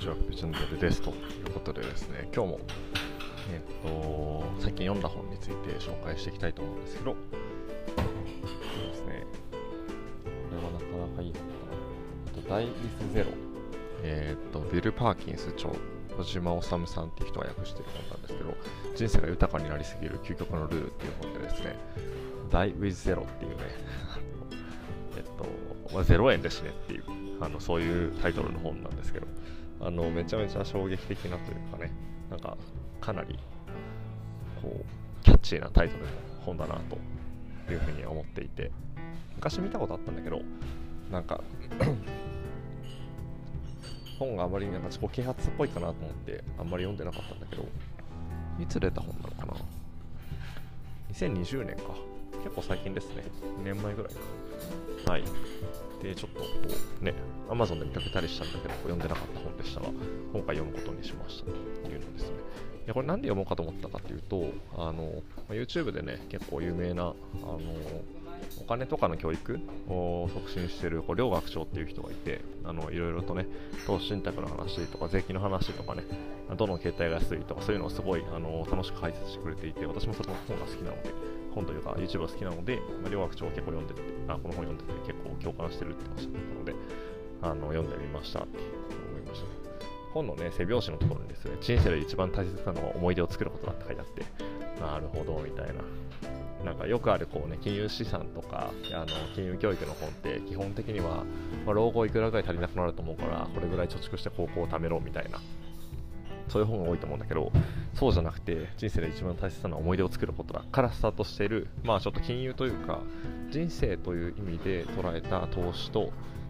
中学部チャンネルですということでですね、今日も、最近読んだ本について紹介していきたいと思うんですけど、そうですね、これはなかなかいい本かな。Die with Zero、ビル・パーキンス著、小島治さんっていう人が訳している本なんですけど、人生が豊かになりすぎる究極のルールっていう本でですね、Die with Zero っていうね、0円で死ねっていう、そういうタイトルの本なんですけど、めちゃめちゃ衝撃的なというかね、なんかかなりこうキャッチーなタイトルの本だなというふうに思っていて、昔見たことあったんだけど、なんか本があまりなんか自己啓発っぽいかなと思ってあんまり読んでなかったんだけど、いつ出た本なのかな。2020年か、結構最近ですね。2年前ぐらいか。はい。で、ちょっとこうね、Amazon で見かけたりしたんだけど、読んでなかった本でしたが、今回読むことにしましたというのですね。いや、これなんで読もうかと思ったかというと、YouTube でね、結構有名な、お金とかの教育を促進している両学長っていう人がいて、いろいろとね、投資信託の話とか税金の話とかね、どの携帯が安いとかそういうのをすごい楽しく解説してくれていて、私もその本が好きなので、本というか YouTube が好きなので、両学長を結構読んでて、この本読んでて結構共感してるっておっしゃってたので、読んでみましたって思いました。本のね、背表紙のところにですね、人生で一番大切なのは思い出を作ることだって書いてあって、なるほどみたいな。なんかよくあるこうね、金融資産とか金融教育の本って基本的には、老後いくらぐらい足りなくなると思うからこれぐらい貯蓄して高校を貯めろみたいな、そういう本が多いと思うんだけど、そうじゃなくて人生で一番大切なのは思い出を作ることだからスタートしている、ちょっと金融というか人生という意味で捉えた投資と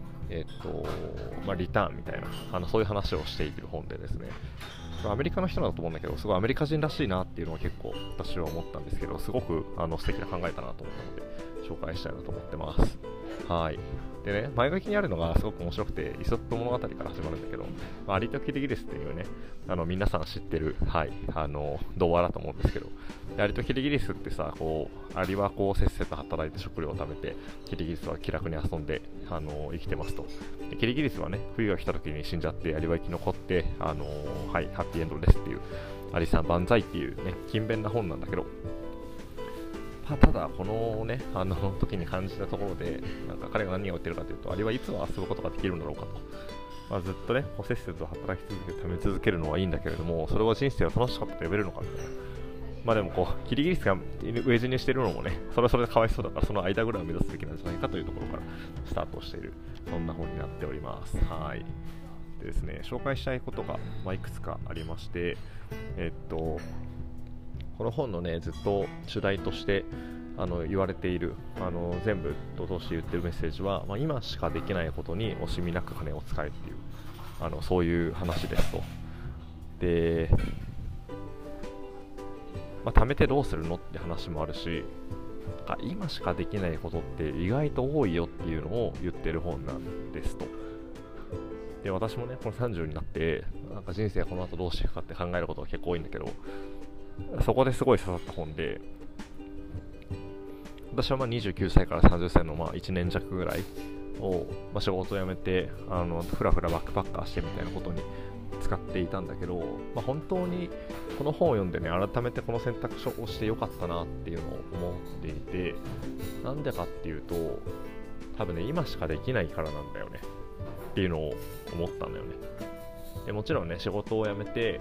リターンみたいなそういう話をしている本でですね、アメリカの人だと思うんだけど、すごいアメリカ人らしいなっていうのは結構私は思ったんですけど、すごく素敵な考えだなと思ったので紹介したいなと思ってます。はい。でね、前書きにあるのがすごく面白くて、イソップ物語から始まるんだけど、アリとキリギリスっていうね、皆さん知ってる、はい、童話だと思うんですけど、アリとキリギリスってさ、アリはせっせと働いて食料を食べて、キリギリスは気楽に遊んで、生きてますと。でキリギリスはね、冬が来た時に死んじゃって、アリは生き残って、はい、ハッピーエンドですっていう、アリさん万歳っていうね、勤勉な本なんだけど、ただこのね、時に感じたところで、なんか彼が何を言ってるかというと、アリはいつは遊ぶことができるんだろうかと。ずっとね、せっせと働き続けて貯め続けるのはいいんだけれども、それは人生を楽しかったと呼べるのかみたいな。でもキリギリスが飢え死にしてるのもね、それはそれでかわいそうだから、その間ぐらいを目指すべきなんじゃないかというところからスタートしている、そんな本になっております。はい。でですね、紹介したいことが、いくつかありまして、この本のね、ずっと主題として言われている全部と通して言ってるメッセージは、今しかできないことに惜しみなく金を使えっていうそういう話ですと。で、貯めてどうするのって話もあるし、今しかできないことって意外と多いよっていうのを言ってる本なんですと。で、私もね、この30になってなんか人生この後どうしていくかって考えることが結構多いんだけど、そこですごい刺さった本で、私は29歳から30歳の1年弱ぐらいを、仕事を辞めてふらふらバックパッカーしてみたいなことに使っていたんだけど、本当にこの本を読んでね、改めてこの選択肢をしてよかったなっていうのを思っていて、なんでかっていうと、多分ね、今しかできないからなんだよねっていうのを思ったんだよね。でもちろんね、仕事を辞めて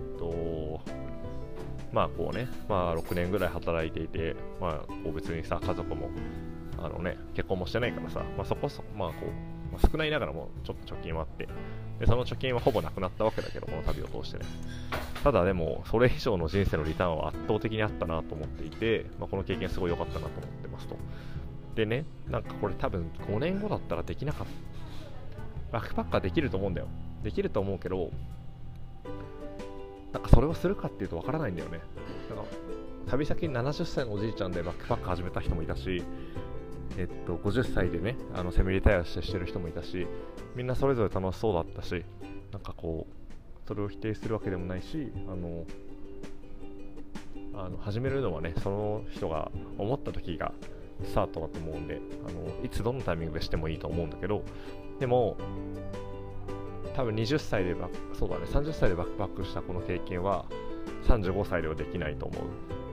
6年ぐらい働いていて、別にさ、家族も結婚もしてないからさ、そこそこ少ないながらもちょっと貯金はあって、でその貯金はほぼなくなったわけだけど、この旅を通してね。ただでもそれ以上の人生のリターンは圧倒的にあったなと思っていて、この経験すごい良かったなと思ってますと。でね、なんかこれ多分5年後だったらできなかった、バックパッカーできると思うんだよ。できると思うけど、なんかそれをするかっていうとわからないんだよね。なんか旅先に70歳のおじいちゃんでバックパック始めた人もいたし、50歳でね、セミリタイアしてる人もいたし、みんなそれぞれ楽しそうだったし、なんかそれを否定するわけでもないし、始めるのはね、その人が思った時がスタートだと思うんで、いつどのタイミングでしてもいいと思うんだけど、でも多分20歳でそうだね、30歳でバックパックしたこの経験は35歳ではできないと思う。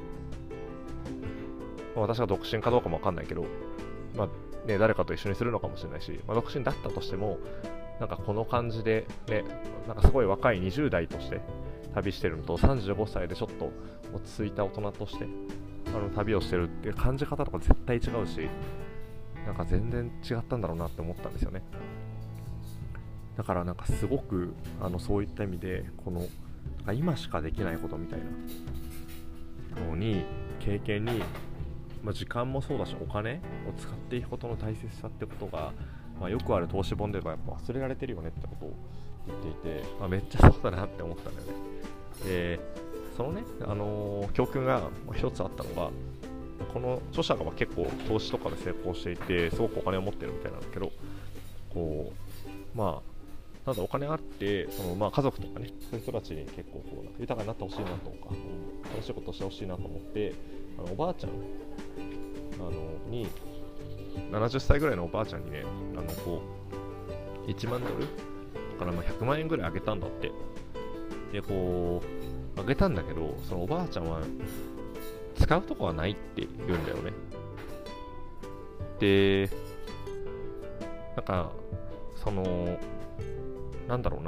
私が独身かどうかもわかんないけど、まあね、誰かと一緒にするのかもしれないし、独身だったとしても、なんかこの感じでね、なんかすごい若い20代として旅してるのと、35歳でちょっと落ち着いた大人として旅をしてるっていう感じ方とか絶対違うし、なんか全然違ったんだろうなって思ったんですよね。だからなんかすごくそういった意味でこの今しかできないことみたいなのに、経験に、時間もそうだしお金を使っていくことの大切さってことが、よくある投資本ではやっぱ忘れられてるよねってことを言っていて、めっちゃそうだなって思ったんだよね。でそのね、教訓が一つあったのが、この著者が結構投資とかで成功していてすごくお金を持ってるみたいなんだけど、こうなんだお金があって家族とかね、そういう人たちに結構なんか豊かになってほしいなとか、楽しいことをしてほしいなと思って、おばあちゃんに70歳ぐらいのおばあちゃんにね、1万ドルだから100万円ぐらいあげたんだって。であげたんだけど、そのおばあちゃんは使うとこはないって言うんだよね。でなんかなんだろう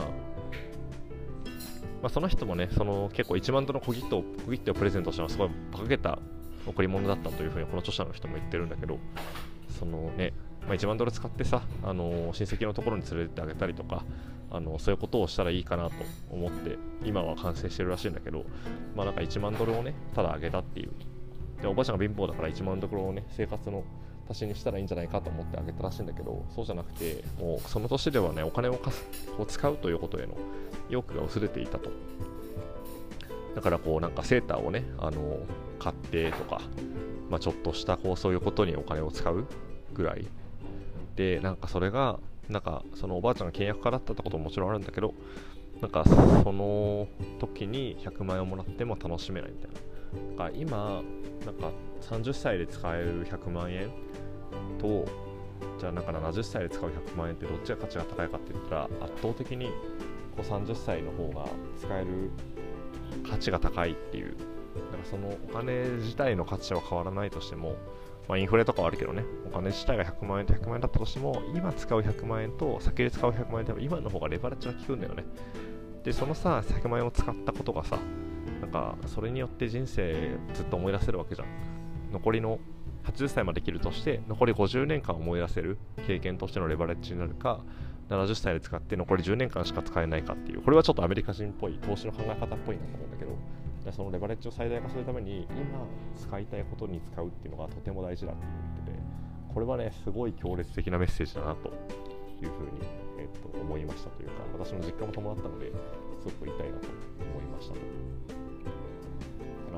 な、その人もね、結構1万ドルの小切手をプレゼントしたのはすごい馬鹿げた贈り物だったというふうにこの著者の人も言ってるんだけど、1万ドル使ってさ、親戚のところに連れてってあげたりとか、そういうことをしたらいいかなと思って今は完成してるらしいんだけど、なんか1万ドルをねただあげたっていう。でおばあちゃんが貧乏だから1万ドルをね生活の足しにしたらいいんじゃないかと思ってあげたらしいんだけど、そうじゃなくて、もうその年ではねお金を使うということへの意欲が薄れていたと。だからなんかセーターをね買ってとか、ちょっとしたそういうことにお金を使うぐらいで、なんかそれがなんかそのおばあちゃんが倹約家だったってことももちろんあるんだけど、なんかその時に100万円をもらっても楽しめないみたいな。だから今なんか30歳で使える100万円と、じゃあなんか70歳で使う100万円ってどっちが価値が高いかって言ったら、圧倒的に30歳の方が使える価値が高いっていう。だからそのお金自体の価値は変わらないとしても、インフレとかはあるけどね、お金自体が100万円と100万円だったとしても、今使う100万円と先で使う100万円って今の方がレバレッジが効くんだよね。でそのさ100万円を使ったことがさ、なんかそれによって人生ずっと思い出せるわけじゃん。残りの80歳まで生きるとして残り50年間思い出せる経験としてのレバレッジになるか、70歳で使って残り10年間しか使えないかっていう、これはちょっとアメリカ人っぽい投資の考え方っぽいなと思うんだけど、そのレバレッジを最大化するために今使いたいことに使うっていうのがとても大事だって言ってて、これはねすごい強烈的なメッセージだなというふうに、思いましたというか、私の実家も伴ったのですごく言いたいなと思いましたとかな。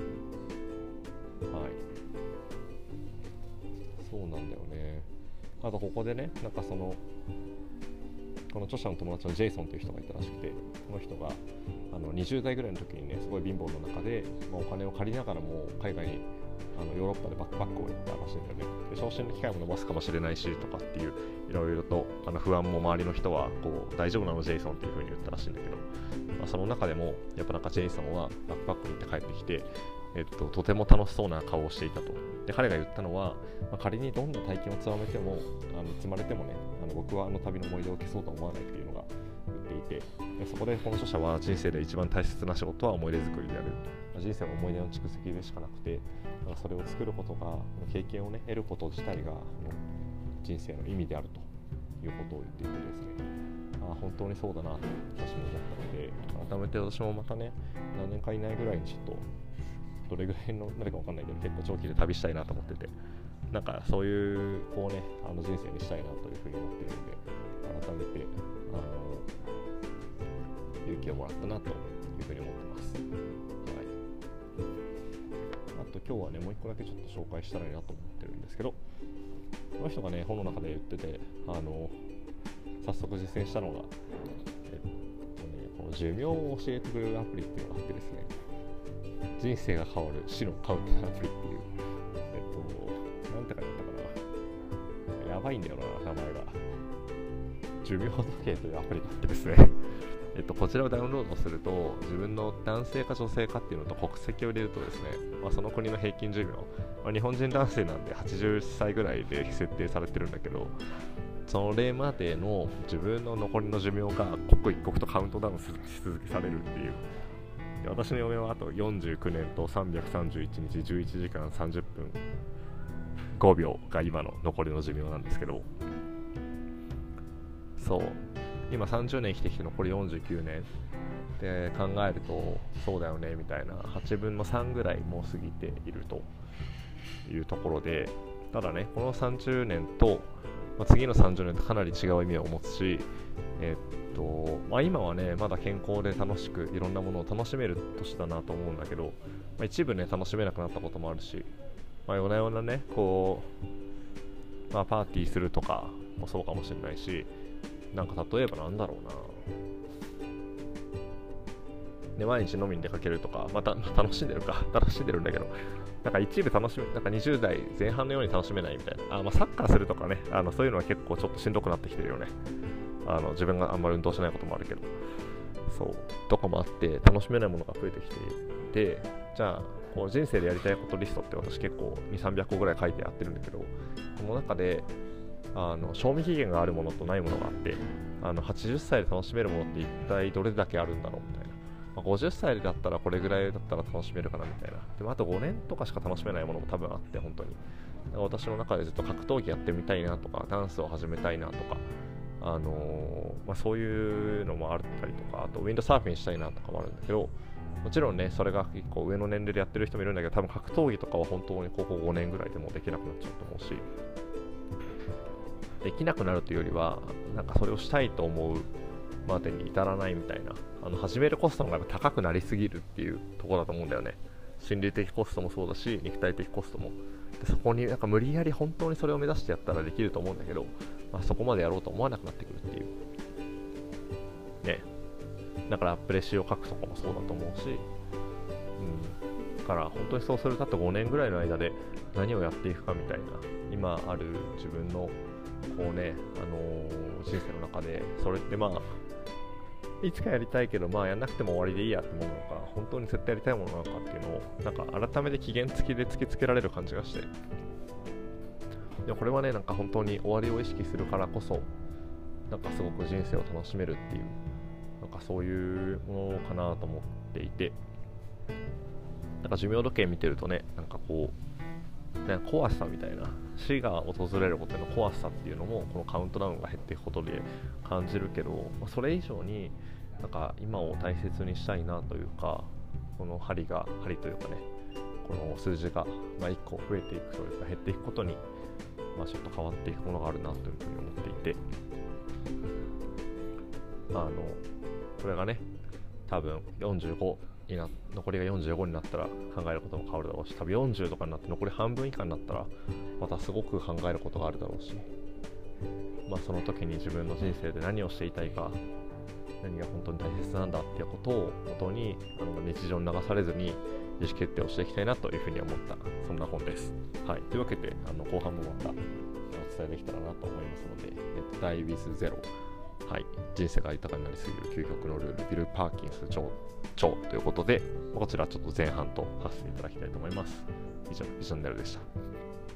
はい、そうなんだよね。あとここでね、なんかこの著者の友達のジェイソンという人がいたらしくて、この人が20代ぐらいの時にねすごい貧乏の中で、お金を借りながらも海外にヨーロッパでバックパックを行ったらしいんだよね。で昇進の機会も伸ばすかもしれないしとかっていういろいろと不安も周りの人は大丈夫なのジェイソンっていう風に言ったらしいんだけど、その中でもやっぱなんかジェイソンはバックパックに行って帰ってきて、とても楽しそうな顔をしていたと。で彼が言ったのは、仮にどんな体験を積まれてもね、僕は旅の思い出を消そうとは思わないっていうのが言っていて、でそこでこの著者は人生で一番大切な仕事は思い出作りである。人生の思い出の蓄積でしかなくて、それを作ることが経験をね得ること自体が人生の意味であるということを言っていてですね、本当にそうだなと私も思ったので、改めて私もまたね何年か以内ぐらいにちょっとどれぐらいのなるか分かんないけど結構長期で旅したいなと思ってて、なんかそういう人生にしたいなというふうに思っているので、改めて勇気をもらったなというふうに思ってます。はい。あと今日はねもう一個だけちょっと紹介したらいいなと思ってるんですけど、この人がね本の中で言ってて、早速実践したのが、この寿命を教えてくれるアプリっていうのがあってですね、人生が変わる死のカウンターアプリっていう、なんて書いてあったかな、やばいんだよな名前が。 寿命時計というアプリがあってですねこちらをダウンロードすると、自分の男性か女性かっていうのと国籍を入れるとですね、その国の平均寿命、日本人男性なんで80歳ぐらいで設定されてるんだけど、それまでの自分の残りの寿命が刻一刻とカウントダウンし続けされるっていう。で、私の嫁はあと49年と331日11時間30分5秒が今の残りの寿命なんですけど、そう、今30年生きてきて残り49年で考えると、そうだよねみたいな、8分の3ぐらいもう過ぎているというところで、ただね、この30年と、次の30年とかなり違う意味を持つし、今はね、まだ健康で楽しくいろんなものを楽しめる年だなと思うんだけど、一部ね、楽しめなくなったこともあるし、夜な夜なね、こう、パーティーするとかもそうかもしれないし、なんか例えばなんだろうな、で毎日飲みに出かけるとか、また楽しんでるんだけど、なんか一部楽しめ、なんか20代前半のように楽しめないみたいな、サッカーするとかね、そういうのは結構ちょっとしんどくなってきてるよね。自分があんまり運動しないこともあるけど、そうとかもあって楽しめないものが増えてきていて、じゃあこう人生でやりたいことリストって私結構2、300個ぐらい書いてやってるんだけど、この中で賞味期限があるものとないものがあって、80歳で楽しめるものって一体どれだけあるんだろうみたいな、50歳だったらこれぐらいだったら楽しめるかなみたいな。でもあと5年とかしか楽しめないものも多分あって、本当にだから私の中でずっと格闘技やってみたいなとか、ダンスを始めたいなとか、そういうのもあったりとか、あとウィンドサーフィンしたいなとかもあるんだけど、もちろんね、それが結構上の年齢でやってる人もいるんだけど、多分格闘技とかは本当にここ5年ぐらいでもうできなくなっちゃうと思うし、できなくなるというよりは、なんかそれをしたいと思うまでに至らないみたいな、始めるコストが高くなりすぎるっていうところだと思うんだよね。心理的コストもそうだし、肉体的コストも。でそこになんか無理やり本当にそれを目指してやったらできると思うんだけど、そこまでやろうと思わなくなってくるっていうね。だからプレシを書くとかもそうだと思うし、だから本当にそうするとあと5年ぐらいの間で何をやっていくかみたいな、今ある自分のこうね、人生の中で、それっていつかやりたいけどやんなくても終わりでいいやってものなのか、本当に絶対やりたいものなのかっていうのをなんか改めて期限付きで突きつけられる感じがして、でこれはね、なんか本当に終わりを意識するからこそ、なんかすごく人生を楽しめるっていう、なんかそういうものかなと思っていて、なんか寿命時計見てるとね、なんかこう、ね、怖さみたいな、死が訪れることへの怖さっていうのもこのカウントダウンが減っていくことで感じるけど、それ以上になんか今を大切にしたいなというか、この針というかね、この数字が1個増えていくというか減っていくことにちょっと変わっていくものがあるなというふうに思っていて、これがね、多分45に残りが45になったら考えることも変わるだろうし、多分40とかになって残り半分以下になったらまたすごく考えることがあるだろうし、その時に自分の人生で何をしていたいか、何が本当に大切なんだっていうことを元に日常に流されずに意思決定をしていきたいなというふうに思った、そんな本です。はい、というわけで後半もまたお伝えできたらなと思いますので、Die with Zero、はい、人生が豊かになりすぎる究極のルール、ビル・パーキンス著ということで、こちらちょっと前半とさせていただきたいと思います。以上、ビジョンネルでした。